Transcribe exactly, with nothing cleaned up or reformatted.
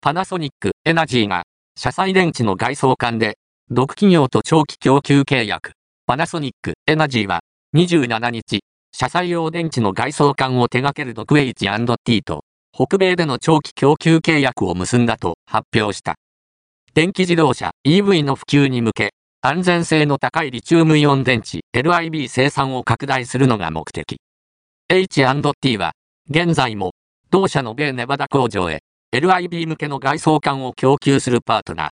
パナソニックエナジーが、車載電池の外装管で、独企業と長期供給契約。パナソニックエナジーは、にじゅうしちにち、車載用電池の外装管を手掛けるドク エイチアンドティー と、北米での長期供給契約を結んだと発表した。電気自動車 イーブイ の普及に向け、安全性の高いリチウムイオン電池 エルアイビー 生産を拡大するのが目的。エイチアンドティー は、現在も、同社の米ネバダ工場へ、エルアイビー 向けの外装管を供給するパートナー。